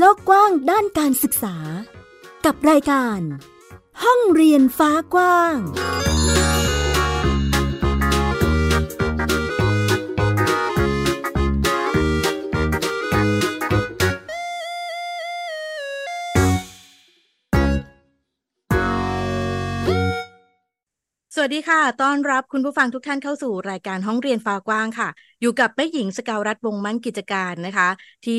กกว้างด้านการศึกษากับรายการห้องเรียนฟ้ากว้างสวัสดีค่ะต้อนรับคุณผู้ฟังทุกท่านเข้าสู่รายการห้องเรียนฟ้ากว้างค่ะอยู่กับแม่หญิงสกาวรัตน์วงศ์มั่นกิจการนะคะที่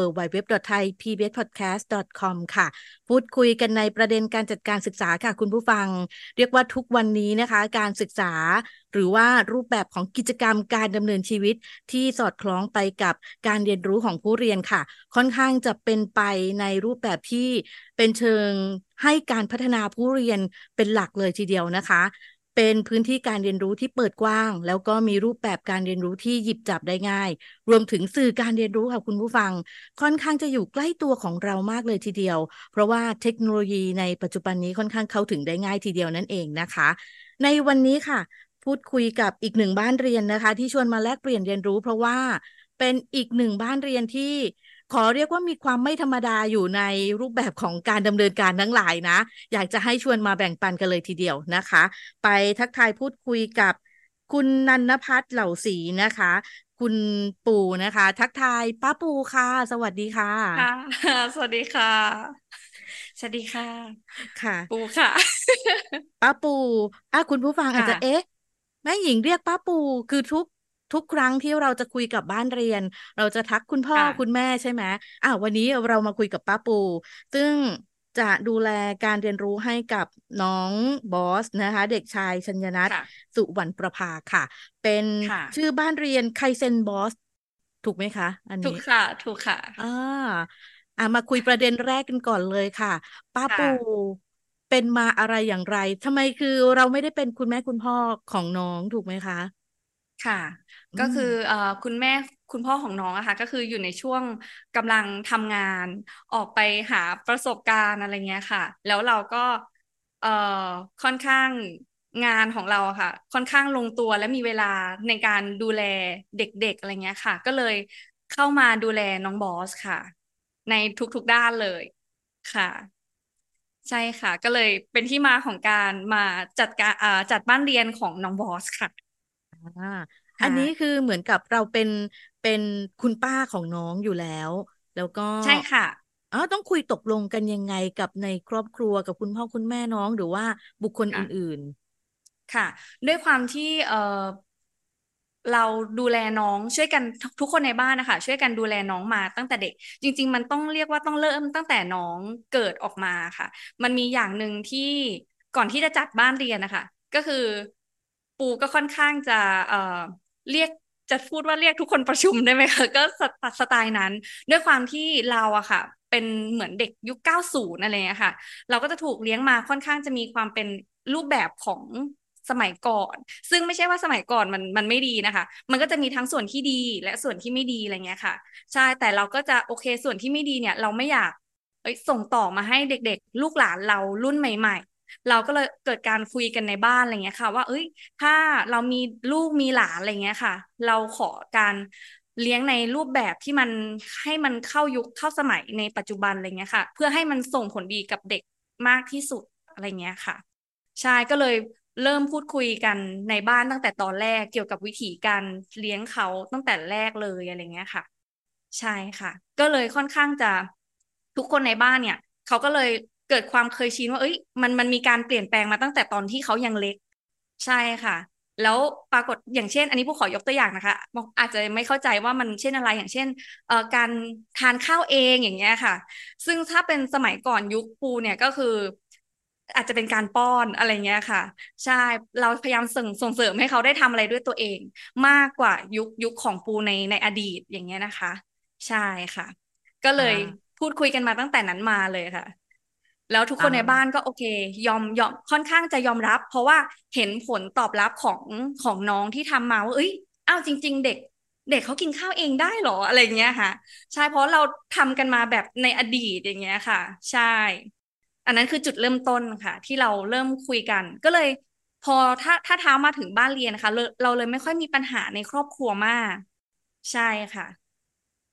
www.thaipbspodcast.com ค่ะพูดคุยกันในประเด็นการจัดการศึกษาค่ะคุณผู้ฟังเรียกว่าทุกวันนี้นะคะการศึกษาหรือว่ารูปแบบของกิจกรรมการดำเนินชีวิตที่สอดคล้องไปกับการเรียนรู้ของผู้เรียนค่ะค่อนข้างจะเป็นไปในรูปแบบที่เป็นเชิงให้การพัฒนาผู้เรียนเป็นหลักเลยทีเดียวนะคะเป็นพื้นที่การเรียนรู้ที่เปิดกว้างแล้วก็มีรูปแบบการเรียนรู้ที่หยิบจับได้ง่ายรวมถึงสื่อการเรียนรู้ค่ะคุณผู้ฟังค่อนข้างจะอยู่ใกล้ตัวของเรามากเลยทีเดียวเพราะว่าเทคโนโลยีในปัจจุบันนี้ค่อนข้างเข้าถึงได้ง่ายทีเดียวนั่นเองนะคะในวันนี้ค่ะพูดคุยกับอีกหนึ่งบ้านเรียนนะคะที่ชวนมาแลกเปลี่ยนเรียนรู้เพราะว่าเป็นอีกหนึ่งบ้านเรียนที่ขอเรียกว่ามีความไม่ธรรมดาอยู่ในรูปแบบของการดำเนินการทั้งหลายนะอยากจะให้ชวนมาแบ่งปันกันเลยทีเดียวนะคะไปทักทายพูดคุยกับคุณนันนภัทรเหล่าศรีนะคะคุณปู่นะคะทักทายป้าปูค่ะสวัสดีค่ะค่ะ สวัสดีค่ะ สวัสดีค่ะค่ะปูค่ะป้าปูคุณผู้ฟังอาจจะค่ะแม่หญิงเรียกป้าปูคือทุกครั้งที่เราจะคุยกับบ้านเรียนเราจะทักคุณพ่อคุณค่ะแม่ใช่ไหมวันนี้เรามาคุยกับป้าปูซึ่งจะดูแลการเรียนรู้ให้กับน้องบอสนะคะเด็กชายชัญญนัทค่ะสุวรรณประภาค่ะเป็นค่ะชื่อบ้านเรียนไคเซนบอสถูกไหมคะอันนี้ถูกค่ะถูกค่ะอ่ามาคุยประเด็นแรกกันก่อนเลยค่ะป้าปูค่ะเป็นมาอะไรอย่างไรทำไมคือเราไม่ได้เป็นคุณแม่คุณพ่อของน้องถูกไหมคะค่ะอืมก็คือคุณแม่คุณพ่อของน้องอะค่ะก็คืออยู่ในช่วงกำลังทำงานออกไปหาประสบการณ์อะไรเงี้ยค่ะแล้วเราก็เอ่อค่อนข้างงานของเราอะค่ะค่อนข้างลงตัวและมีเวลาในการดูแลเด็กๆอะไรเงี้ยค่ะก็เลยเข้ามาดูแลน้องบอสค่ะในทุกๆด้านเลยค่ะใช่ค่ะก็เลยเป็นที่มาของการมาจัดการจัดบ้านเรียนของน้องบอสค่ะอ่าอันนี้คืค่ะอเหมือนกับเราเป็นคุณป้าของน้องอยู่แล้วก็ใช่ค่ะต้องคุยตกลงกันยังไงกับในครอบครัวกับคุณพ่อคุณแม่น้องหรือว่าบุคคลอค่ะื่นค่ะด้วยความที่เราดูแลน้องช่วยกันทุกคนในบ้านนะคะช่วยกันดูแลน้องมาตั้งแต่เด็กจริงๆมันต้องเรียกว่าต้องเริ่มตั้งแต่น้องเกิดออกมาค่ะมันมีอย่างหนึ่งที่ก่อนที่จะจัดบ้านเรียนนะคะก็คือปูก็ค่อนข้างจะเรียกจะพูดว่าเรียกทุกคนประชุมได้ไหมคะก็สไตล์นั้นด้วยความที่เราอะค่ะเป็นเหมือนเด็กยุค90อะไรเงี้ยค่ะ เราก็จะถูกเลี้ยงมาค่อนข้างจะมีความเป็นรูปแบบของสมัยก่อนซึ่งไม่ใช่ว่าสมัยก่อนมันไม่ดีนะคะมันก็จะมีทั้งส่วนที่ดีและส่วนที่ไม่ดีอะไรเงี้ยค่ะใช่แต่เราก็จะโอเคส่วนที่ไม่ดีเนี่ยเราไม่อยากส่งต่อมาให้เด็กๆลูกหลานเรารุ่นใหม่ๆเราก็เลยเกิดการคุยกันในบ้านอะไรเงี้ยค่ะว่าถ้าเรามีลูกมีหลานอะไรเงี้ยค่ะเราขอการเลี้ยงในรูปแบบที่มันให้มันเข้ายุคเข้าสมัยในปัจจุบันอะไรเงี้ยค่ะเพื่อให้มันส่งผลดีกับเด็ก มากที่สุดอะไรเงี้ยค่ะใช่ก็เลยเริ่มพูดคุยกันในบ้านตั้งแต่ตอนแรกเกี่ยวกับวิธีการเลี้ยงเขาตั้งแต่แรกเลยอะไรเงี้ยค่ะใช่ค่ะก็เลยค่อนข้างจะทุกคนในบ้านเนี่ยเขาก็เลยเกิดความเคยชินว่ามันมีการเปลี่ยนแปลงมาตั้งแต่ตอนที่เขายังเล็กใช่ค่ะแล้วปรากฏอย่างเช่นอันนี้ผู้ขอยกตัวอย่างนะคะอาจจะไม่เข้าใจว่ามันเช่นอะไรอย่างเช่นการทานข้าวเองอย่างเงี้ยค่ะ ซึ่งถ้าเป็นสมัยก่อนยุคปูเนี่ยก็คืออาจจะเป็นการป้อนอะไรเงี้ยค่ะใช่เราพยายามส่งเสริมให้เขาได้ทำอะไรด้วยตัวเองมากกว่ายุคของปูในอดีตอย่างเงี้ยนะคะใช่ค่ะก็เลยอ่าพูดคุยกันมาตั้งแต่นั้นมาเลยค่ะแล้วทุกคนในบ้านอ่าก็โอเคยอมค่อนข้างจะยอมรับเพราะว่าเห็นผลตอบรับของน้องที่ทำมาว่าอ้าวจริงๆเด็กเขากินข้าวเองได้เหรออะไรเงี้ยค่ะ ใช่เพราะเราทำกันมาแบบในอดีตอย่างเงี้ยค่ะใช่อันนั้นคือจุดเริ่มต้นค่ะที่เราเริ่มคุยกันก็เลยพอถ้าเท้ามาถึงบ้านเรียนนะคะเราเลยไม่ค่อยมีปัญหาในครอบครัวมากใช่ค่ะ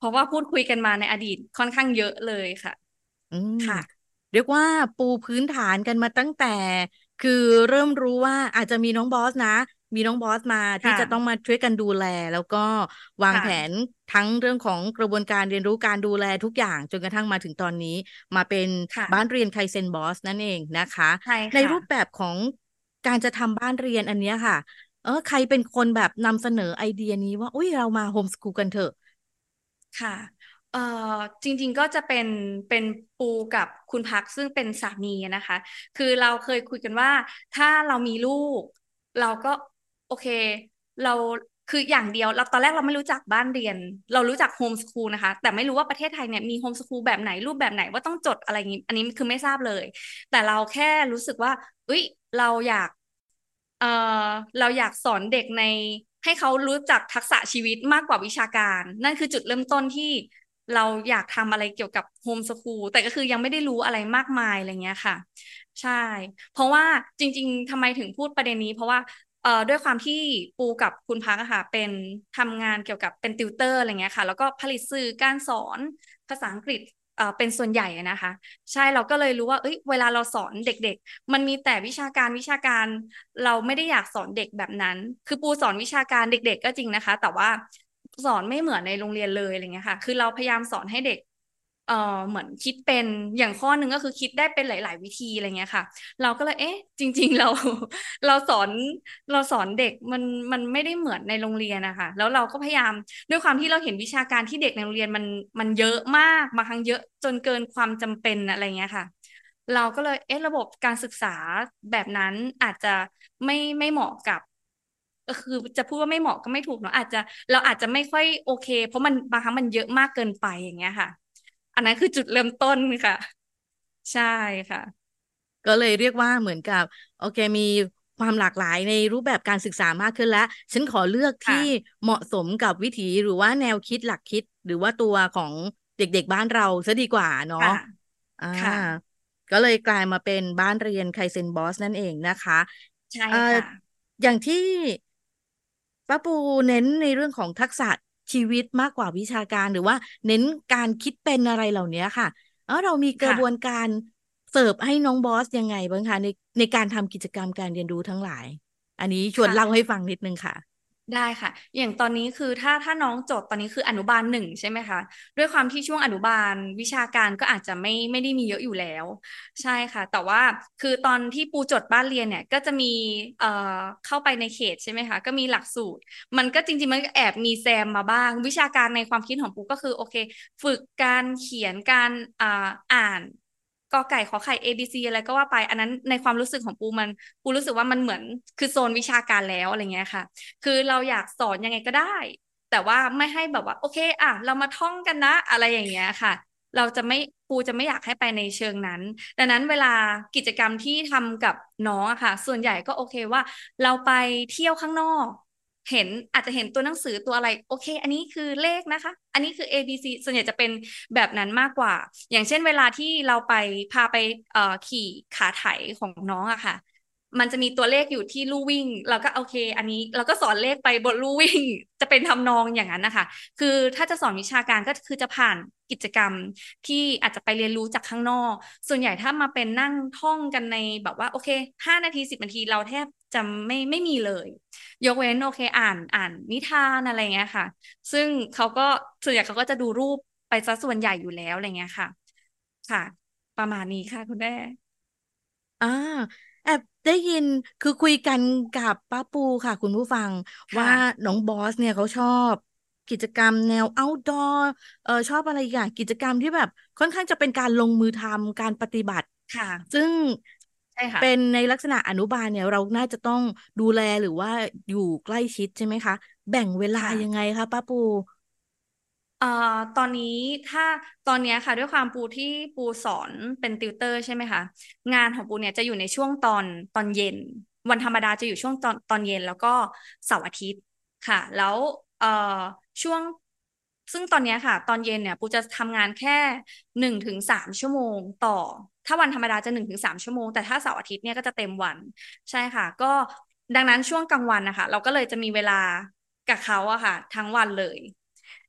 ราะว่าพูดคุยกันมาในอดีตค่อนข้างเยอะเลยค่ะอืมค่ะเรียกว่าปูพื้นฐานกันมาตั้งแต่คือเริ่มรู้ว่าอาจจะมีน้องบอสนะมีน้องบอสมาที่ค่ะจะต้องมาช่วยกันดูแลแล้วก็วางแผนค่ะทั้งเรื่องของกระบวนการเรียนรู้การดูแลทุกอย่างจนกระทั่งมาถึงตอนนี้มาเป็นบ้านค่ะเรียนไคเซนบอสนั่นเองนะคะใช่ค่ะในรูปแบบของการจะทำบ้านเรียนอันเนี้ยค่ะใครเป็นคนแบบนำเสนอไอเดียนี้ว่าอุ้ยเรามาโฮมสกูลกันเถอะค่ะเอ่อจริงๆก็จะเป็นปูกับคุณพักซึ่งเป็นสามีนะคะคือเราเคยคุยกันว่าถ้าเรามีลูกเราก็โอเคเราคืออย่างเดียวเราตอนแรกเราไม่รู้จักบ้านเรียนเรารู้จักโฮมสคูลนะคะแต่ไม่รู้ว่าประเทศไทยเนี่ยมีโฮมสคูลแบบไหนรูปแบบไหนว่าต้องจดอะไรอย่างนี้อันนี้คือไม่ทราบเลยแต่เราแค่รู้สึกว่าเอ้ยเราอยากเอ่อเราอยากสอนเด็กให้เขารู้จักทักษะชีวิตมากกว่าวิชาการนั่นคือจุดเริ่มต้นที่เราอยากทำอะไรเกี่ยวกับโฮมสคูลแต่ก็คือยังไม่ได้รู้อะไรมากมายอะไรเงี้ยค่ะใช่เพราะว่าจริงๆทำไมถึงพูดประเด็นนี้เพราะว่าด้วยความที่ปูกับคุณพักอะค่ะเป็นทำงานเกี่ยวกับเป็นติวเตอร์อะไรเงี้ยค่ะแล้วก็ผลิตสื่อการสอนภาษาอังกฤษเป็นส่วนใหญ่อะนะคะใช่เราก็เลยรู้ว่าเอ้ยเวลาเราสอนเด็กๆมันมีแต่วิชาการเราไม่ได้อยากสอนเด็กแบบนั้นคือปูสอนวิชาการเด็กๆก็จริงนะคะแต่ว่าสอนไม่เหมือนในโรงเรียนเลยอะไรเงี้ยค่ะคือเราพยายามสอนให้เด็กเหมือนคิดเป็นอย่างข้อหนึ่งก็คือคิดได้เป็นหลายๆวิธีอะไรเงี้ยค่ะเราก็เลยเอ๊ะจริงๆเราเราสอนเราสอนเด็กมันไม่ได้เหมือนในโรงเรียนนะคะแล้วเราก็พยายามด้วยความที่เราเห็นวิชาการที่เด็กในโรงเรียนมันเยอะมากบางครั้งเยอะจนเกินความจำเป็นอะไรเงี้ยค่ะ เราก็เลยเอ๊ะระบบการศึกษาแบบนั้นอาจจะไม่เหมาะกับก็คือจะพูดว่าไม่เหมาะก็ไม่ถูกเนาะอาจจะเราอาจจะไม่ค่อยโอเคเพราะมันบางครั้งมันเยอะมากเกินไปอย่างเงี้ยค่ะอันนั้นคือจุดเริ่มต้นค่ะใช่ค่ะก็เลยเรียกว่าเหมือนกับโอเคมีความหลากหลายในรูปแบบการศึกษามากขึ้นแล้วฉันขอเลือกที่ค่ะเหมาะสมกับวิถีหรือว่าแนวคิดหลักคิดหรือว่าตัวของเด็กๆบ้านเราซะดีกว่าเนาะค่ะอ่าค่ะก็เลยกลายมาเป็นบ้านเรียนไคเซนบอสนั่นเองนะคะใช่เอ่อค่ะอย่างที่ป้าปูเน้นในเรื่องของทักษะชีวิตมากกว่าวิชาการหรือว่าเน้นการคิดเป็นอะไรเหล่านี้ค่ะแล้วเรามีกระบวนค่ะการเสิร์ฟให้น้องบอสยังไงบ้างคะในการทำกิจกรรมการเรียนรู้ทั้งหลายอันนี้ชวนเล่าค่ะให้ฟังนิดนึงค่ะได้ค่ะอย่างตอนนี้คือถ้าน้องจบตอนนี้คืออนุบาลหนึ่งใช่ไหมคะด้วยความที่ช่วงอนุบาลวิชาการก็อาจจะไม่ได้มีเยอะอยู่แล้วใช่ค่ะแต่ว่าคือตอนที่ปูจดบ้านเรียนเนี่ยก็จะมีเอ่อเข้าไปในเขตใช่ไหมคะก็มีหลักสูตรมันก็จริงๆมันก็แอบมีแซมมาบ้างวิชาการในความคิดของปูก็คือโอเคฝึกการเขียนการอ่านกอไก่ขอไข่ A B C อะไรก็ว่าไปอันนั้นในความรู้สึกของปูรู้สึกว่ามันเหมือนคือโซนวิชาการแล้วอะไรเงี้ยค่ะ คือเราอยากสอนยังไงก็ได้แต่ว่าไม่ให้แบบว่าโอเคอ่ะเรามาท่องกันนะอะไรอย่างเงี้ยค่ะเราจะไม่ปูจะไม่อยากให้ไปในเชิงนั้นดังนั้นเวลากิจกรรมที่ทำกับน้องอะค่ะส่วนใหญ่ก็โอเคว่าเราไปเที่ยวข้างนอกเห็นอาจจะเห็นตัวหนังสือตัวอะไรโอเคอันนี้คือเลขนะคะอันนี้คือ A B C ส่วนใหญ่จะเป็นแบบนั้นมากกว่าอย่างเช่นเวลาที่เราไปพาไปขี่ขาไถของน้องอะค่ะ มันจะมีตัวเลขอยู่ที่ลู่วิ่งเราก็โอเคอันนี้เราก็สอนเลขไปบนลู่วิ่งจะเป็นทำนองอย่างนั้นนะคะคือถ้าจะสอนวิชาการก็คือจะผ่านกิจกรรมที่อาจจะไปเรียนรู้จากข้างนอกส่วนใหญ่ถ้ามาเป็นนั่งท่องกันในแบบว่าโอเค5 นาที10 นาทีเราแทบจะไม่มีเลยยกเว้นโอเคอ่านนิทานอะไรเงี้ยค่ะซึ่งเขาก็ส่วนใหญ่เขาก็จะดูรูปไปซะส่วนใหญ่อยู่แล้วอะไรเงี้ยค่ะค่ะประมาณนี้ค่ะคุณแม่อ่าแอบได้ยินคือคุยกันกับป้าปูค่ะคุณผู้ฟังว่าค่ะน้องบอสเนี่ยเขาชอบกิจกรรมแนว outdoor ชอบอะไรอย่างกิจกรรมที่แบบค่อนข้างจะเป็นการลงมือทำการปฏิบัติค่ะซึ่งใช่ค่ะเป็นในลักษณะอนุบาลเนี่ยเราน่าจะต้องดูแลหรือว่าอยู่ใกล้ชิดใช่ไหมคะแบ่งเวลาค่ะยังไงคะป้าปูเอ่อตอนนี้ถ้าตอนเนี้ยค่ะด้วยความปูที่ปูสอนเป็นติวเตอร์ใช่ไหมคะงานของปูเนี่ยจะอยู่ในช่วงตอนเย็นวันธรรมดาจะอยู่ช่วงตอนเย็นแล้วก็เสาร์อาทิตย์ค่ะแล้วช่วงซึ่งตอนเนี้ยค่ะตอนเย็นเนี่ยปูจะทำงานแค่1 ถึง 3 ชั่วโมงต่อถ้าวันธรรมดาจะ1 ถึง 3 ชั่วโมงแต่ถ้าเสาร์อาทิตย์เนี่ยก็จะเต็มวันใช่ค่ะก็ดังนั้นช่วงกลางวันนะคะเราก็เลยจะมีเวลากับเขาอะค่ะทั้งวันเลย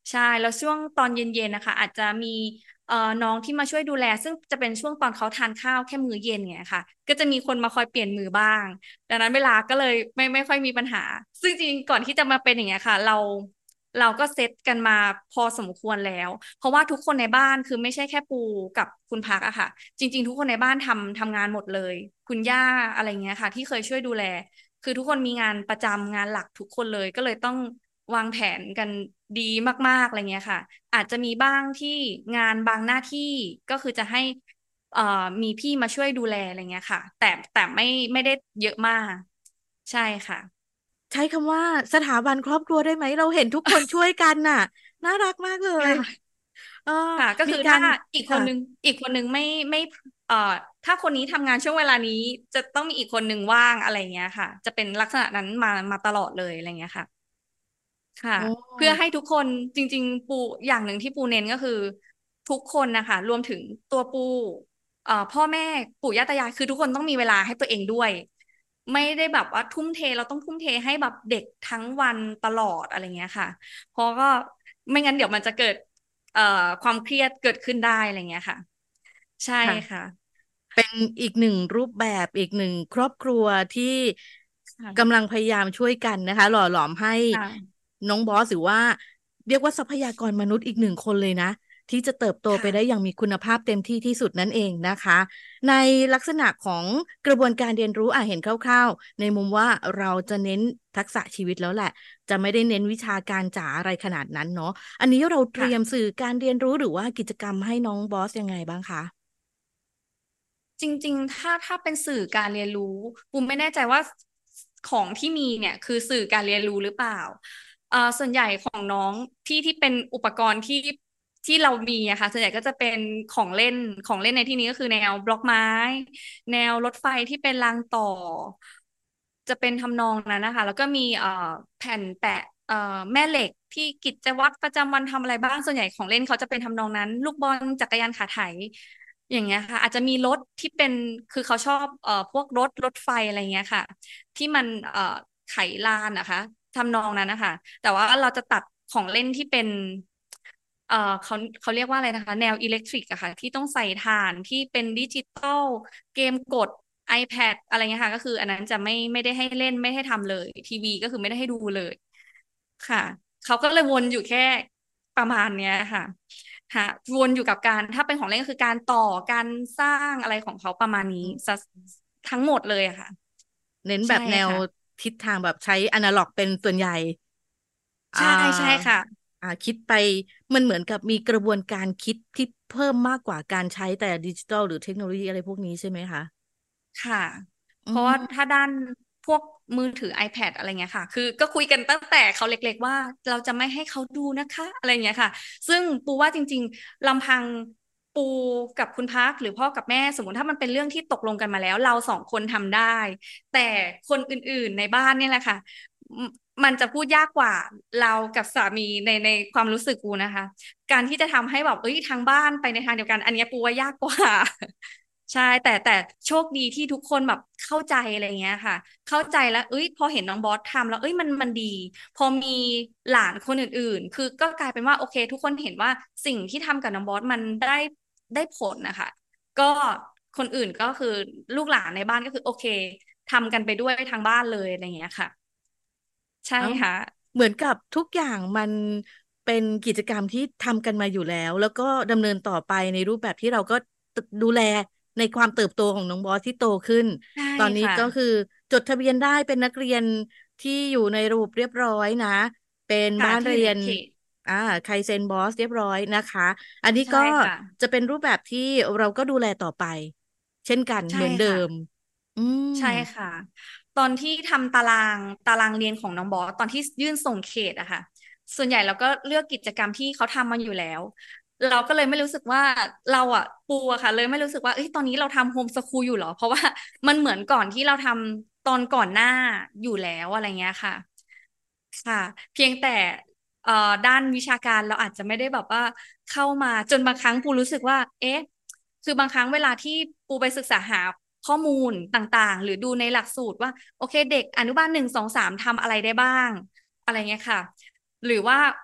ใช่แล้วช่วงตอนเย็นๆนะคะอาจจะมีน้องที่มาช่วยดูแลซึ่งจะเป็นช่วงตอนเขาทานข้าวแค่มื้อเย็นไงค่ะก็จะมีคนมาคอยเปลี่ยนมือบ้างดังนั้นเวลาก็เลยไม่ค่อยมีปัญหาซึ่งจริงๆก่อนที่จะมาเป็นอย่างเงี้ยค่ะเราก็เซตกันมาพอสมควรแล้วเพราะว่าทุกคนในบ้านคือไม่ใช่แค่ปูกับคุณพักอะค่ะจริงๆทุกคนในบ้านทำงานหมดเลยคุณย่าอะไรเงี้ยค่ะที่เคยช่วยดูแล คือทุกคนมีงานประจำงานหลักทุกคนเลยก็เลยต้องวางแผนกันดีมากๆอะไรเงี้ยค่ะอาจจะมีบ้างที่งานบางหน้าที่ก็คือจะให้มีพี่มาช่วยดูแลอะไรเงี้ยค่ะแต่ไม่ได้เยอะมากใช่ค่ะใช้คำว่าสถาบันครอบครัวได้ไหมเราเห็นทุกคนช่วยกันน่ะน่ารักมากเลยค่ะเออค่ะก็คือถ้ามีการค่ะอีกคนนึงไม่เอ่อถ้าคนนี้ทำงานช่วงเวลานี้จะต้องมีอีกคนนึงว่างอะไรเงี้ยค่ะจะเป็นลักษณะนั้นมาตลอดเลยอะไรเงี้ยค่ะ ค่ะโอ้เพื่อให้ทุกคนจริงๆปูอย่างหนึ่งที่ปูเน้นก็คือทุกคนนะคะรวมถึงตัวปูพ่อแม่ปู่ย่าตายายคือทุกคนต้องมีเวลาให้ตัวเองด้วยไม่ได้แบบว่าทุ่มเทเราต้องทุ่มเทให้แบบเด็กทั้งวันตลอดอะไรเงี้ยค่ะเพราะก็ไม่งั้นเดี๋ยวมันจะเกิดความเครียดเกิดขึ้นได้อะไรเงี้ยค่ะใช่ค่ะค่ะเป็นอีกหนึ่งรูปแบบอีกหนึ่งครอบครัวที่กำค่ะลังพยายามช่วยกันนะคะหล่อหลอมให้ค่ะน้องบอสหรือว่าเรียกว่าทรัพยากรมนุษย์อีกหนึ่งคนเลยนะที่จะเติบโตไปได้อค่ะย่างมีคุณภาพเต็มที่ที่สุดนั่นเองนะคะในลักษณะของกระบวนการเรียนรู้เห็นคร่าวๆในมุมว่าเราจะเน้นทักษะชีวิตแล้วแหละจะไม่ได้เน้นวิชาการจ๋าอะไรขนาดนั้นเนาะอันนี้เราเตรียมสื่อการเรียนรู้หรือว่ากิจกรรมให้น้องบอสยังไงบ้างคะจริงๆถ้าเป็นสื่อการเรียนรู้ปูไม่แน่ใจว่าของที่มีเนี่ยคือสื่อการเรียนรู้หรือเปล่าส่วนใหญ่ของน้องที่เป็นอุปกรณ์ที่เรามีอะค่ะส่วนใหญ่ก็จะเป็นของเล่นของเล่นในที่นี้ก็คือแนวบล็อกไม้แนวรถไฟที่เป็นรางต่อจะเป็นทำนองนั้นนะคะแล้วก็มีแผ่นแปะแม่เหล็กที่กิจวัตรประจำวันทำอะไรบ้างส่วนใหญ่ของเล่นเขาจะเป็นทำนองนั้นลูกบอลจักรยานขาไถ อย่างเงี้ยค่ะอาจจะมีรถที่เป็นคือเขาชอบพวกรถไฟอะไรเงี้ยค่ะที่มันไขลานนะคะทำนองนั้นนะคะแต่ว่าเราจะตัดของเล่นที่เป็นเอ่อเขาเรียกว่าอะไรนะคะแนวอิเล็กทริกอะค่ะที่ต้องใส่ถ่านที่เป็นดิจิตอลเกมกด iPad อะไรเงี้ยค่ะก็คืออันนั้นจะไม่ได้ให้เล่นไม่ให้ทำเลยทีวีก็คือไม่ได้ให้ดูเลยค่ะเขาก็เลยวนอยู่แค่ประมาณเนี้ยค่ะ ค่ะวนอยู่กับการถ้าเป็นของเล่นก็คือการต่อการสร้างอะไรของเขาประมาณนี้ซะทั้งหมดเลยอะค่ะเน้นแบใช่บแนวค่ะทิศทางแบบใช้อนาล็อกเป็นส่วนใหญ่อ่ใช่ใช่าค่ะคิดไปมันเหมือนกับมีกระบวนการคิดที่เพิ่มมากกว่าการใช้แต่ดิจิทัลหรือเทคโนโลยีอะไรพวกนี้ใช่ไหมคะค่ะอืเพราะว่ามถ้าด้านพวกมือถือ iPad อะไรเงี้ยค่ะคือก็คุยกันตั้งแต่เขาเล็กๆว่าเราจะไม่ให้เขาดูนะคะอะไรเงี้ยค่ะซึ่งปูว่าจริงๆลำพังปูกับคุณพักหรือพ่อกับแม่สมมติถ้ามันเป็นเรื่องที่ตกลงกันมาแล้วเราสองคนทำได้แต่คนอื่นๆในบ้านเนี่ยแหละค่ะ มมันจะพูดยากกว่าเรากับสามีในความรู้สึกปูนะคะการที่จะทำให้แบบเอ้ยทางบ้านไปในทางเดียวกันอันเนี้ยปูว่ายากกว่าใช่แต่โชคดีที่ทุกคนแบบเข้าใจอะไรเงี้ยค่ะเข้าใจแล้วเอ้ยพอเห็นน้องบอสทำแล้วเอ้ยมันดีพอมีหลานคนอื่นๆคือก็กลายเป็นว่าโอเคทุกคนเห็นว่าสิ่งที่ทำกับน้องบอสมันได้ผลนะคะก็คนอื่นก็คือลูกหลานในบ้านก็คือโอเคทำกันไปด้วยทางบ้านเลยอะไรอย่างเงี้ยค่ะ ใช่เอ้าค่ะเหมือนกับทุกอย่างมันเป็นกิจกรรมที่ทำกันมาอยู่แล้วแล้วก็ดำเนินต่อไปในรูปแบบที่เราก็ดูแลในความเติบโตของน้องบอสที่โตขึ้นใช่ตอนนี้ค่ะก็คือจดทะเบียนได้เป็นนักเรียนที่อยู่ในระบบเรียบร้อยนะเป็นค่ะบ้านที่อยู่เรียนในเขตอ่าไคเซนบอสเรียบร้อยนะคะอันนี้ใช่ก็ค่ะจะเป็นรูปแบบที่เราก็ดูแลต่อไปเช่นกันใช่เหมือนเดิค่ะมอืมใช่ค่ะตอนที่ทำตารางเรียนของน้องบอสตอนที่ยื่นส่งเขตอะค่ะส่วนใหญ่เราก็เลือกกิจกรรมที่เขาทำมาอยู่แล้วเราก็เลยไม่รู้สึกว่าเราอะปูอะค่ะเลยไม่รู้สึกว่าเอ้ยตอนนี้เราทำโฮมสคูลอยู่เหรอเพราะว่ามันเหมือนก่อนที่เราทำตอนก่อนหน้าอยู่แล้วอะไรเงี้ยค่ะค่ะเพียงแต่ เอ่อด้านวิชาการเราอาจจะไม่ได้แบบว่าเข้ามาจนบางครั้งปูรู้สึกว่าเอ๊ะคือบางครั้งเวลาที่ปูไปศึกษาหาข้อมูลต่างๆหรือดูในหลักสูตรว่าโอเคเด็กอนุบาล1 2 3ทำอะไรได้บ้างอะไรเงี้ยค่ะหรือว่า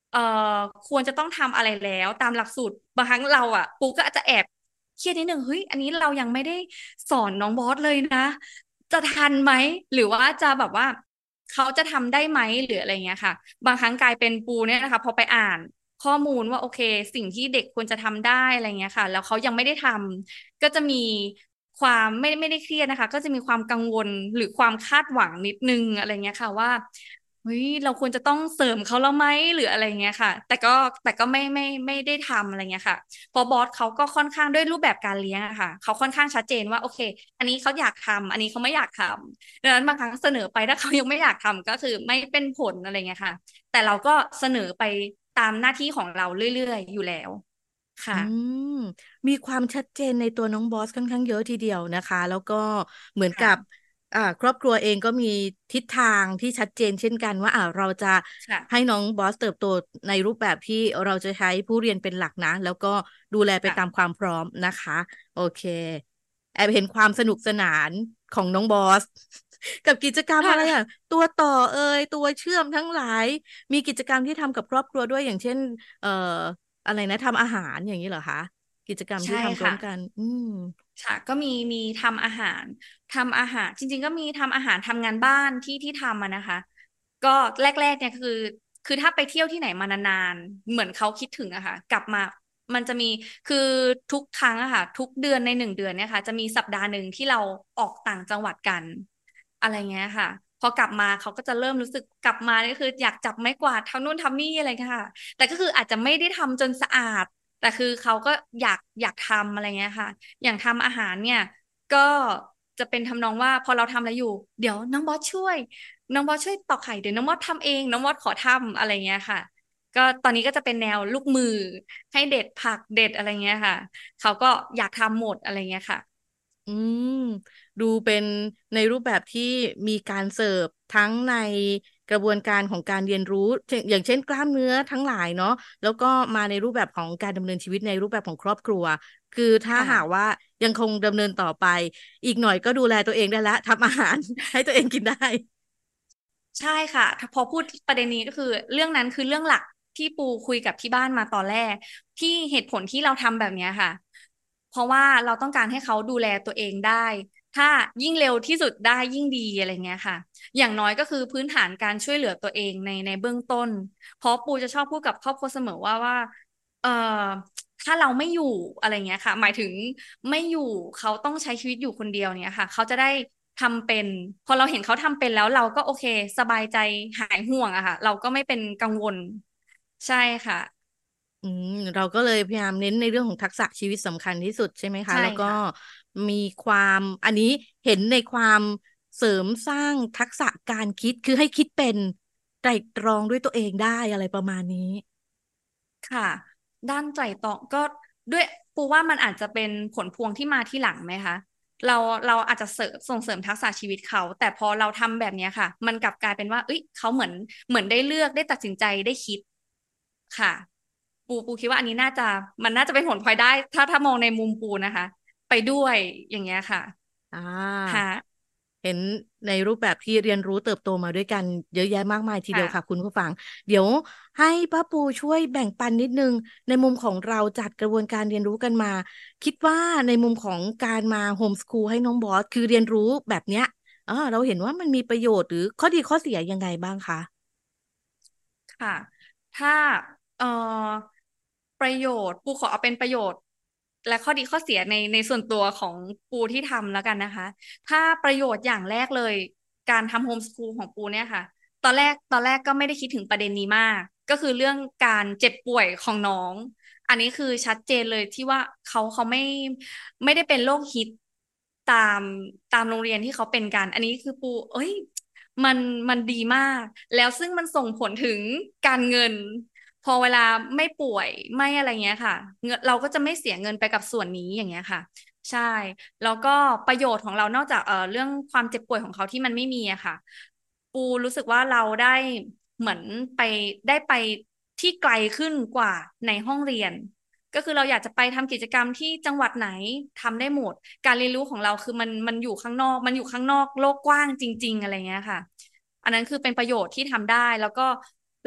เอ่ควรจะต้องทำอะไรแล้วตามหลักสูตรบางครั้งเราอ่ะปูก็อาจจะแอบเครียดนิดนึงเฮ้ยอันนี้เรายังไม่ได้สอนน้องบอสเลยนะจะทันไหมหรือว่าจะแบบว่าเขาจะทำได้ไหมหรืออะไรเงี้ยค่ะบางครั้งกลายเป็นปูเนี่ยนะคะพอไปอ่านข้อมูลว่าโอเคสิ่งที่เด็กควรจะทำได้อะไรเงี้ยค่ะแล้วเขายังไม่ได้ทำก็จะมีความไม่ได้เครียดนะคะก็จะมีความกังวลหรือความคาดหวังนิดนึงอะไรเงี้ยค่ะว่า เฮ้ยเราควรจะต้องเสริมเขาแล้วไหมหรืออะไรเงี้ยค่ะแต่ก็ไม่ได้ทำอะไรเงี้ยค่ะเพอบอสเขาก็ค่อนข้างด้วยรูปแบบการเลี้ยงอะค่ะเขาค่อนข้างชัดเจนว่าโอเคอันนี้เขาอยากทำอันนี้เขาไม่อยากทำดังนั้นบางครั้งเสนอไปถ้าเขายังไม่อยากทำก็คือไม่เป็นผลอะไรเงี้ยค่ะแต่เราก็เสนอไปตามหน้าที่ของเราเรื่อยๆอยู่แล้วอืค่ะมมีความชัดเจนในตัวน้องบอสค่อนข้างเยอะทีเดียวนะคะแล้วก็เหมือนกับค่ะครอบครัวเองก็มีทิศทางที่ชัดเจนเช่นกันว่าเราจะให้ค่ะน้องบอสเติบโตในรูปแบบที่เราจะใช้ผู้เรียนเป็นหลักนะแล้วก็ดูแลไปตามค่ะความพร้อมนะคะโอเคแอบเห็นความสนุกสนานของน้องบอสกับกิจกรรมอะไรค่ะตัวต่อตัวเชื่อมทั้งหลายมีกิจกรรมที่ทำกับครอบครัวด้วยอย่างเช่นเอ่อ อะไรนะทำอาหารอย่างนี้เหรอคะกิจกรรมที่ใช่ทำร่วค่ะมกันค่ะก็มีทำอาหารจริงๆก็มีทำอาหารทำงานบ้านที่ทำอะนะคะก็แรกๆเนี่ยคือถ้าไปเที่ยวที่ไหนมานานๆเหมือนเขาคิดถึงอะค่ะกลับมามันจะมีคือทุกครั้งอะค่ะทุกเดือนใน1 เดือนเนี่ยค่ะจะมีสัปดาห์หนึ่งที่เราออกต่างจังหวัดกันอะไรเงี้ยค่ะพอกลับมาเขาก็จะเริ่มรู้สึกกลับมาก็คืออยากจับไม้กวาดทำนู่นทำนี่อะไรเงี้ยค่ะแต่ก็คืออาจจะไม่ได้ทำจนสะอาดแต่คือเขาก็อยากทำอะไรเงี้ยค่ะ อย่างทำอาหารเนี่ยก็จะเป็นทำนองว่าพอเราทำอะไรอยู่เดี๋ยวน้องบอสช่วยตอกไข่เดี๋ยวน้องบอสทำเองน้องบอสขอทำอะไรเงี้ยค่ะก็ตอนนี้ก็จะเป็นแนวลูกมือให้เด็ดผักเด็ดอะไรเงี้ยค่ะเขาก็อยากทำหมดอะไรเงี้ยค่ะอืมดูเป็นในรูปแบบที่มีการเสิร์ฟทั้งในกระบวนการของการเรียนรู้อย่างเช่นกล้ามเนื้อทั้งหลายเนาะแล้วก็มาในรูปแบบของการดำเนินชีวิตในรูปแบบของครอบครัวคือถ้าค่ะหากว่ายังคงดำเนินต่อไปอีกหน่อยก็ดูแลตัวเองได้ละทำอาหารให้ตัวเองกินได้ใช่ค่ะถ้าพอพูดประเด็นนี้ก็คือเรื่องนั้นคือเรื่องหลักที่ปูคุยกับที่บ้านมาตอนแรกที่เหตุผลที่เราทำแบบเนี้ยค่ะ เพราะว่าเราต้องการให้เขาดูแลตัวเองได้ถ้ายิ่งเร็วที่สุดได้ยิ่งดีอะไรเงี้ยค่ะอย่างน้อยก็คือพื้นฐานการช่วยเหลือตัวเองในเบื้องต้นเพราะปูจะชอบพูดกับครอบครัวเสมอว่าเอ่อถ้าเราไม่อยู่อะไรเงี้ยค่ะหมายถึงไม่อยู่เขาต้องใช้ชีวิตอยู่คนเดียวเนี่ยค่ะเขาจะได้ทำเป็นพอเราเห็นเขาทำเป็นแล้วเราก็โอเคสบายใจหายห่วงอะค่ะเราก็ไม่เป็นกังวลใช่ค่ะเราก็เลยพยายามเน้นในเรื่องของทักษะชีวิตสำคัญที่สุดใช่ไหมคะใช่แล้วก็ค่ะมีความอันนี้เห็นในความเสริมสร้างทักษะการคิดคือให้คิดเป็นไตร่ตรองด้วยตัวเองได้อะไรประมาณนี้ค่ะด้านไตร่ตรองก็ด้วยปูว่ามันอาจจะเป็นผลพวงที่มาที่หลังไหมคะเราเราอาจจะส่งเสริมทักษะชีวิตเขาแต่พอเราทำแบบเนี้ยค่ะมันกลับกลายเป็นว่าเอ้ยเขาเหมือนได้เลือกได้ตัดสินใจได้คิดค่ะปูคิดว่าอันนี้มันน่าจะเป็นผลพลอยได้ถ้ามองในมุมปูนะคะไปด้วยอย่างเงี้ยค่ะอ่าค่ะเห็นในรูปแบบที่เรียนรู้เติบโตมาด้วยกันเยอะแยะมากมายทีเดียวค่ะค่ะคุณผู้ฟังเดี๋ยวให้ป้าปูช่วยแบ่งปันนิดนึงในมุมของเราจัดกระบวนการเรียนรู้กันมาคิดว่าในมุมของการมาโฮมสคูลให้น้องบอสคือเรียนรู้แบบเนี้ยเราเห็นว่ามันมีประโยชน์หรือข้อดีข้อเสียยังไงบ้างคะค่ะถ้าเอ่อประโยชน์ปูขอเอาเป็นประโยชน์และข้อดีข้อเสียในส่วนตัวของปูที่ทำแล้วกันนะคะถ้าประโยชน์อย่างแรกเลยการทำโฮมสคูลของปูเนี่ยค่ะตอนแรกก็ไม่ได้คิดถึงประเด็นนี้มากก็คือเรื่องการเจ็บป่วยของน้องอันนี้คือชัดเจนเลยที่ว่าเขาไม่ได้เป็นโรคฮิตตามตามโรงเรียนที่เขาเป็นกันอันนี้คือปูเอ้ย มันมันดีมากแล้วซึ่งมันส่งผลถึงการเงินพอเวลาไม่ป่วยไม่อะไรเงี้ยค่ะเราก็จะไม่เสียเงินไปกับส่วนนี้อย่างเงี้ยค่ะใช่แล้วก็ประโยชน์ของเรานอกจากเรื่องความเจ็บป่วยของเขาที่มันไม่มีอะค่ะปูรู้สึกว่าเราได้เหมือนไปไปที่ไกลขึ้นกว่าในห้องเรียนก็คือเราอยากจะไปทำกิจกรรมที่จังหวัดไหนทำได้หมดการเรียนรู้ของเราคือมันอยู่ข้างนอกมันอยู่ข้างนอกโลกกว้างจริงๆอะไรเงี้ยค่ะ อันนั้นคือเป็นประโยชน์ที่ทำได้แล้วก็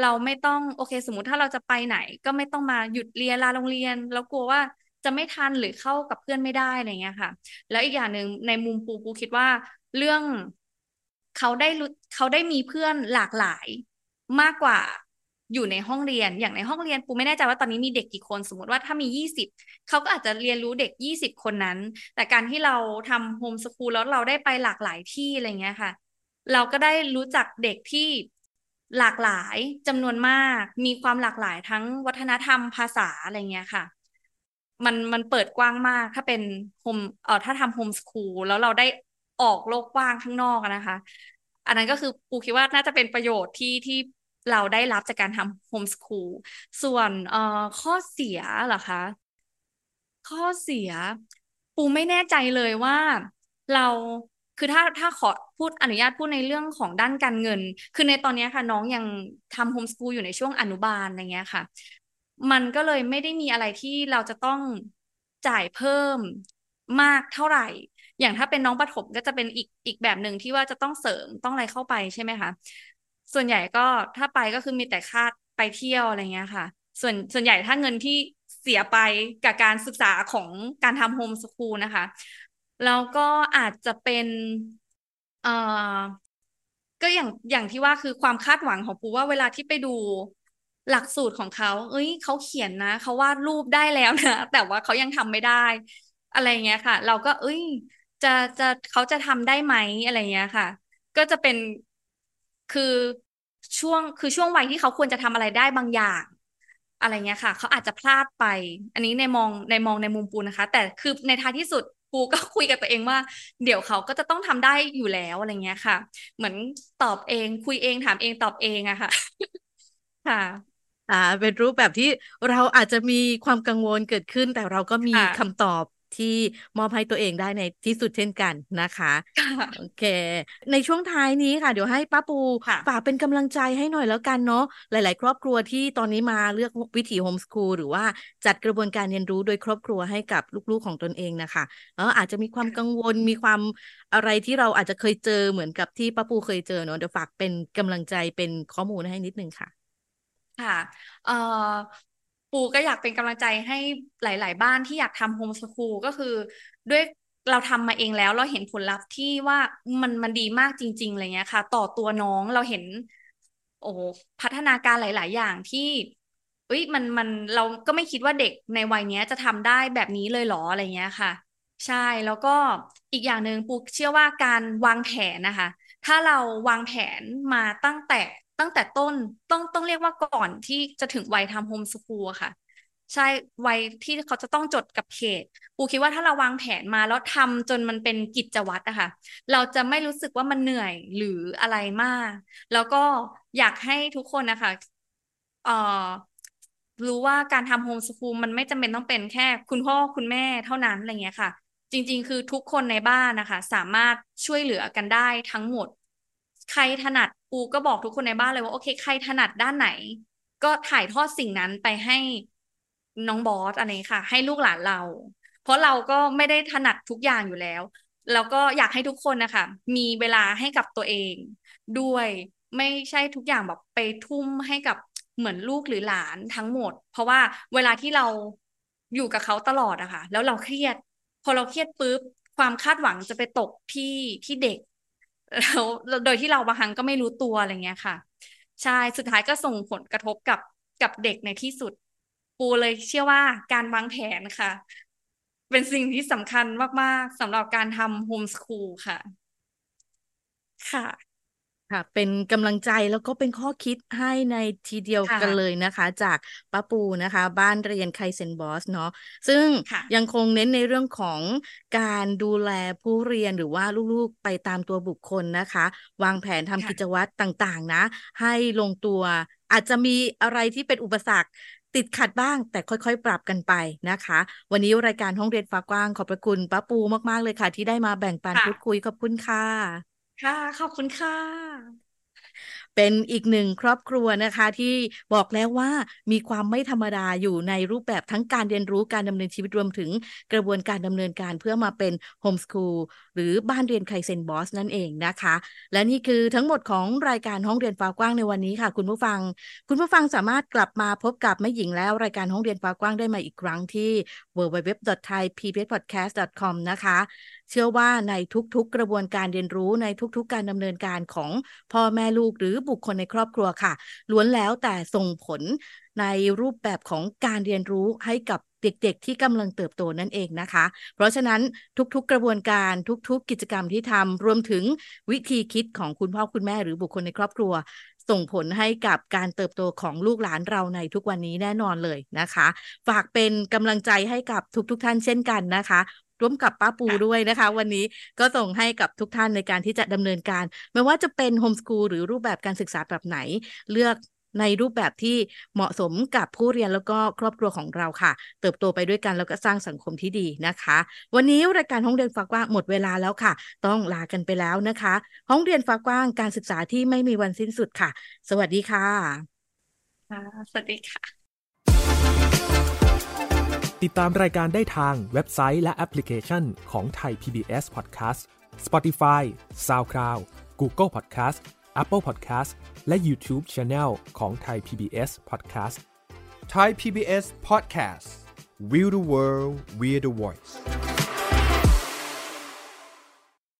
เราไม่ต้องโอเคสมมุติถ้าเราจะไปไหนก็ไม่ต้องมาหยุดเรียนลาโรงเรียนแล้วกลัวว่าจะไม่ทันหรือเข้ากับเพื่อนไม่ได้อะไรเงี้ยค่ะแล้วอีกอย่างหนึ่งในมุมปูคิดว่าเรื่องเขาได้มีเพื่อนหลากหลายมากกว่าอยู่ในห้องเรียนอย่างในห้องเรียนปูไม่แน่ใจว่าตอนนี้มีเด็กกี่คนสมมติว่าถ้ามี20เขาก็อาจจะเรียนรู้เด็ก20คนนั้นแต่การที่เราทำโฮมสคูลแล้วเราได้ไปหลากหลายที่อะไรเงี้ยค่ะเราก็ได้รู้จักเด็กที่หลากหลายจำนวนมากมีความหลากหลายทั้งวัฒนธรรมภาษาอะไรเงี้ยค่ะมันเปิดกว้างมากถ้าเป็นโฮมถ้าทำโฮมสคูลแล้วเราได้ออกโลกกว้างข้างนอกอะนะคะอันนั้นก็คือปูคิดว่าน่าจะเป็นประโยชน์ที่เราได้รับจากการทำโฮมสคูลส่วนข้อเสียเหรอคะ ข้อเสียปูไม่แน่ใจเลยว่าเราคือถ้าขอพูดอนุญาตพูดในเรื่องของด้านการเงินคือในตอนนี้ค่ะน้องยังทำโฮมสกูลอยู่ในช่วงอนุบาลอะไรเงี้ยค่ะมันก็เลยไม่ได้มีอะไรที่เราจะต้องจ่ายเพิ่มมากเท่าไหร่อย่างถ้าเป็นน้องประถมก็จะเป็นอีกแบบหนึ่งที่ว่าจะต้องเสริมต้องอะไรเข้าไปใช่ไหมคะส่วนใหญ่ก็ถ้าไปก็คือมีแต่ค่าไปเที่ยวอะไรเงี้ยค่ะ ส่วนใหญ่ถ้าเงินที่เสียไปกับการศึกษาของการทำโฮมสคูลนะคะแล้วก็อาจจะเป็นเอ่อก็อย่างที่ว่าคือความคาดหวังของปูว่าเวลาที่ไปดูหลักสูตรของเขาเอ้ยเขาเขียนนะเขาวาดรูปได้แล้วนะแต่ว่าเขายังทำไม่ได้อะไรเงี้ยค่ะเราก็เอ้ยจะจะเขาจะทำได้ไหมอะไรเงี้ยค่ะก็จะเป็นคือช่วงวัยที่เขาควรจะทำอะไรได้บางอย่างอะไรเงี้ยค่ะเขาอาจจะพลาดไปอันนี้ในมองในมุมปูนะคะแต่คือในท้ายที่สุดปูก็คุยกับตัวเองว่าเดี๋ยวเขาก็จะต้องทำได้อยู่แล้วอะไรเงี้ยค่ะเหมือนตอบเองคุยเองถามเองตอบเองอะค่ะค่ะเป็นรูปแบบที่เราอาจจะมีความกังวลเกิดขึ้นแต่เราก็มีค่ะคำตอบที่มอบให้ตัวเองได้ในที่สุดเช่นกันนะคะค่โอะเคในช่วงท้ายนี้ค่ะเดี๋ยวให้ป้าปูฝากค่ะเป็นกำลังใจให้หน่อยแล้วกันเนาะหลายๆครอบครัวที่ตอนนี้มาเลือกวิถีโฮมสคูลหรือว่าจัดกระบวนการเรียนรู้โดยครอบครัวให้กับลูกๆของตนเองนะคะอาจจะมีความกังวลมีความอะไรที่เราอาจจะเคยเจอเหมือนกับที่ป้าปูเคยเจอเนาะเดี๋ยวฝากเป็นกำลังใจเป็นข้อมูลให้นิดนึงค่ะค่ะเอ่อปูก็อยากเป็นกำลังใจให้หลายๆบ้านที่อยากทำโฮมสคูลก็คือด้วยเราทำมาเองแล้วเราเห็นผลลัพธ์ที่ว่ามันดีมากจริงๆอะไรเงี้ยค่ะต่อตัวน้องเราเห็นโอ้โหพัฒนาการหลายๆอย่างที่เอ้ยมันเราก็ไม่คิดว่าเด็กในวัยเนี้ยจะทำได้แบบนี้เลยเหรออะไรเงี้ยค่ะใช่แล้วก็อีกอย่างหนึ่งปูเชื่อว่าการวางแผนนะคะ ถ้าเราวางแผนมาตั้งแต่ต้นต้องเรียกว่าก่อนที่จะถึงวัยทำโฮมสคูลอะค่ะใช่วัยที่เขาจะต้องจดกับเขตปูคิดว่าถ้าเราวางแผนมาแล้วทำจนมันเป็นกิจวัตรอะค่ะเราจะไม่รู้สึกว่ามันเหนื่อยหรืออะไรมากแล้วก็อยากให้ทุกคนนะคะเอ่อรู้ว่าการทำโฮมสคูลมันไม่จำเป็นต้องเป็นแค่คุณพ่อคุณแม่เท่านั้นอะไรเงี้ยค่ะ จริงๆ คือทุกคนในบ้านนะคะสามารถช่วยเหลือกันได้ทั้งหมดใครถนัดปูก็บอกทุกคนในบ้านเลยว่าโอเคใครถนัดด้านไหนก็ถ่ายทอดสิ่งนั้นไปให้น้องบอสอะไรค่ะให้ลูกหลานเราเพราะเราก็ไม่ได้ถนัดทุกอย่างอยู่แล้วแล้วก็อยากให้ทุกคนนะคะมีเวลาให้กับตัวเองด้วยไม่ใช่ทุกอย่างแบบไปทุ่มให้กับเหมือนลูกหรือหลานทั้งหมดเพราะว่าเวลาที่เราอยู่กับเขาตลอดอะค่ะแล้วเราเครียด พอเราเครียดปุ๊บความคาดหวังจะไปตกที่เด็กแล้วโดยที่เราบางครั้งก็ไม่รู้ตัวอะไรเงี้ยค่ะใช่สุดท้ายก็ส่งผลกระทบกับเด็กในที่สุดปูเลยเชื่อว่าการวางแผนค่ะเป็นสิ่งที่สำคัญมากๆสำหรับการทำโฮมสคูลค่ะค่ะค่ะเป็นกำลังใจแล้วก็เป็นข้อคิดให้ในทีเดียวกันเลยค่ะนะคะจากป้าปูนะคะบ้านเรียนไคเซนบอสเนาะซึ่งค่ะยังคงเน้นในเรื่องของการดูแลผู้เรียนหรือว่าลูกๆไปตามตัวบุคคลนะคะวางแผนทำกิจค่ะวัตรต่างๆนะให้ลงตัวอาจจะมีอะไรที่เป็นอุปสรรคติดขัดบ้างแต่ค่อยๆปรับกันไปนะคะวันนี้รายการห้องเรียนฟ้ากว้างขอบพระคุณป้าปูมากๆเลยค่ะที่ได้มาแบ่งปันพูดคุค่ะยขอบคุณค่ะค่ะขอบคุณค่ะเป็นอีกหนึ่งครอบครัวนะคะที่บอกแล้วว่ามีความไม่ธรรมดาอยู่ในรูปแบบทั้งการเรียนรู้การดำเนินชีวิตรวมถึงกระบวนการดำเนินการเพื่อมาเป็นโฮมสคูลหรือบ้านเรียนไคเซนบอสนั่นเองนะคะและนี่คือทั้งหมดของรายการห้องเรียนฟ้ากว้างในวันนี้ค่ะคุณผู้ฟังสามารถกลับมาพบกับแม่หญิงแล้วรายการห้องเรียนฟ้ากว้างได้มาอีกครั้งที่ www.thaipbspodcast.com นะคะเชื่อว่าในทุกๆกระบวนการเรียนรู้ในทุกๆการดำเนินการของพ่อแม่ลูกหรือบุคคลในครอบครัวค่ะล้วนแล้วแต่ส่งผลในรูปแบบของการเรียนรู้ให้กับเด็กๆที่กำลังเติบโตนั่นเองนะคะเพราะฉะนั้นทุกๆกระบวนการทุกๆกิจกรรมที่ทำรวมถึงวิธีคิดของคุณพ่อคุณแม่หรือบุคคลในครอบครัวส่งผลให้กับการเติบโตของลูกหลานเราในทุกวันนี้แน่นอนเลยนะคะฝากเป็นกำลังใจให้กับทุกท่านเช่นกันนะคะร่วมกับป้าปูด้วยนะคะวันนี้ก็ส่งให้กับทุกท่านในการที่จะดำเนินการไม่ว่าจะเป็นโฮมสคูลหรือรูปแบบการศึกษาแบบไหนเลือกในรูปแบบที่เหมาะสมกับผู้เรียนแล้วก็ครอบครัวของเราค่ะเติบโตไปด้วยกันแล้วก็สร้างสังคมที่ดีนะคะวันนี้รายการห้องเรียนฟ้ากว้างหมดเวลาแล้วค่ะต้องลากันไปแล้วนะคะห้องเรียนฟ้ากว้างการศึกษาที่ไม่มีวันสิ้นสุดค่ะสวัสดีค่ะสวัสดีค่ะติดตามรายการได้ทางเว็บไซต์และแอปพลิเคชันของ Thai PBS Podcast Spotify SoundCloud Google Podcast Apple Podcast และ YouTube Channel ของ Thai PBS Podcast Thai PBS Podcast We the World We the Voice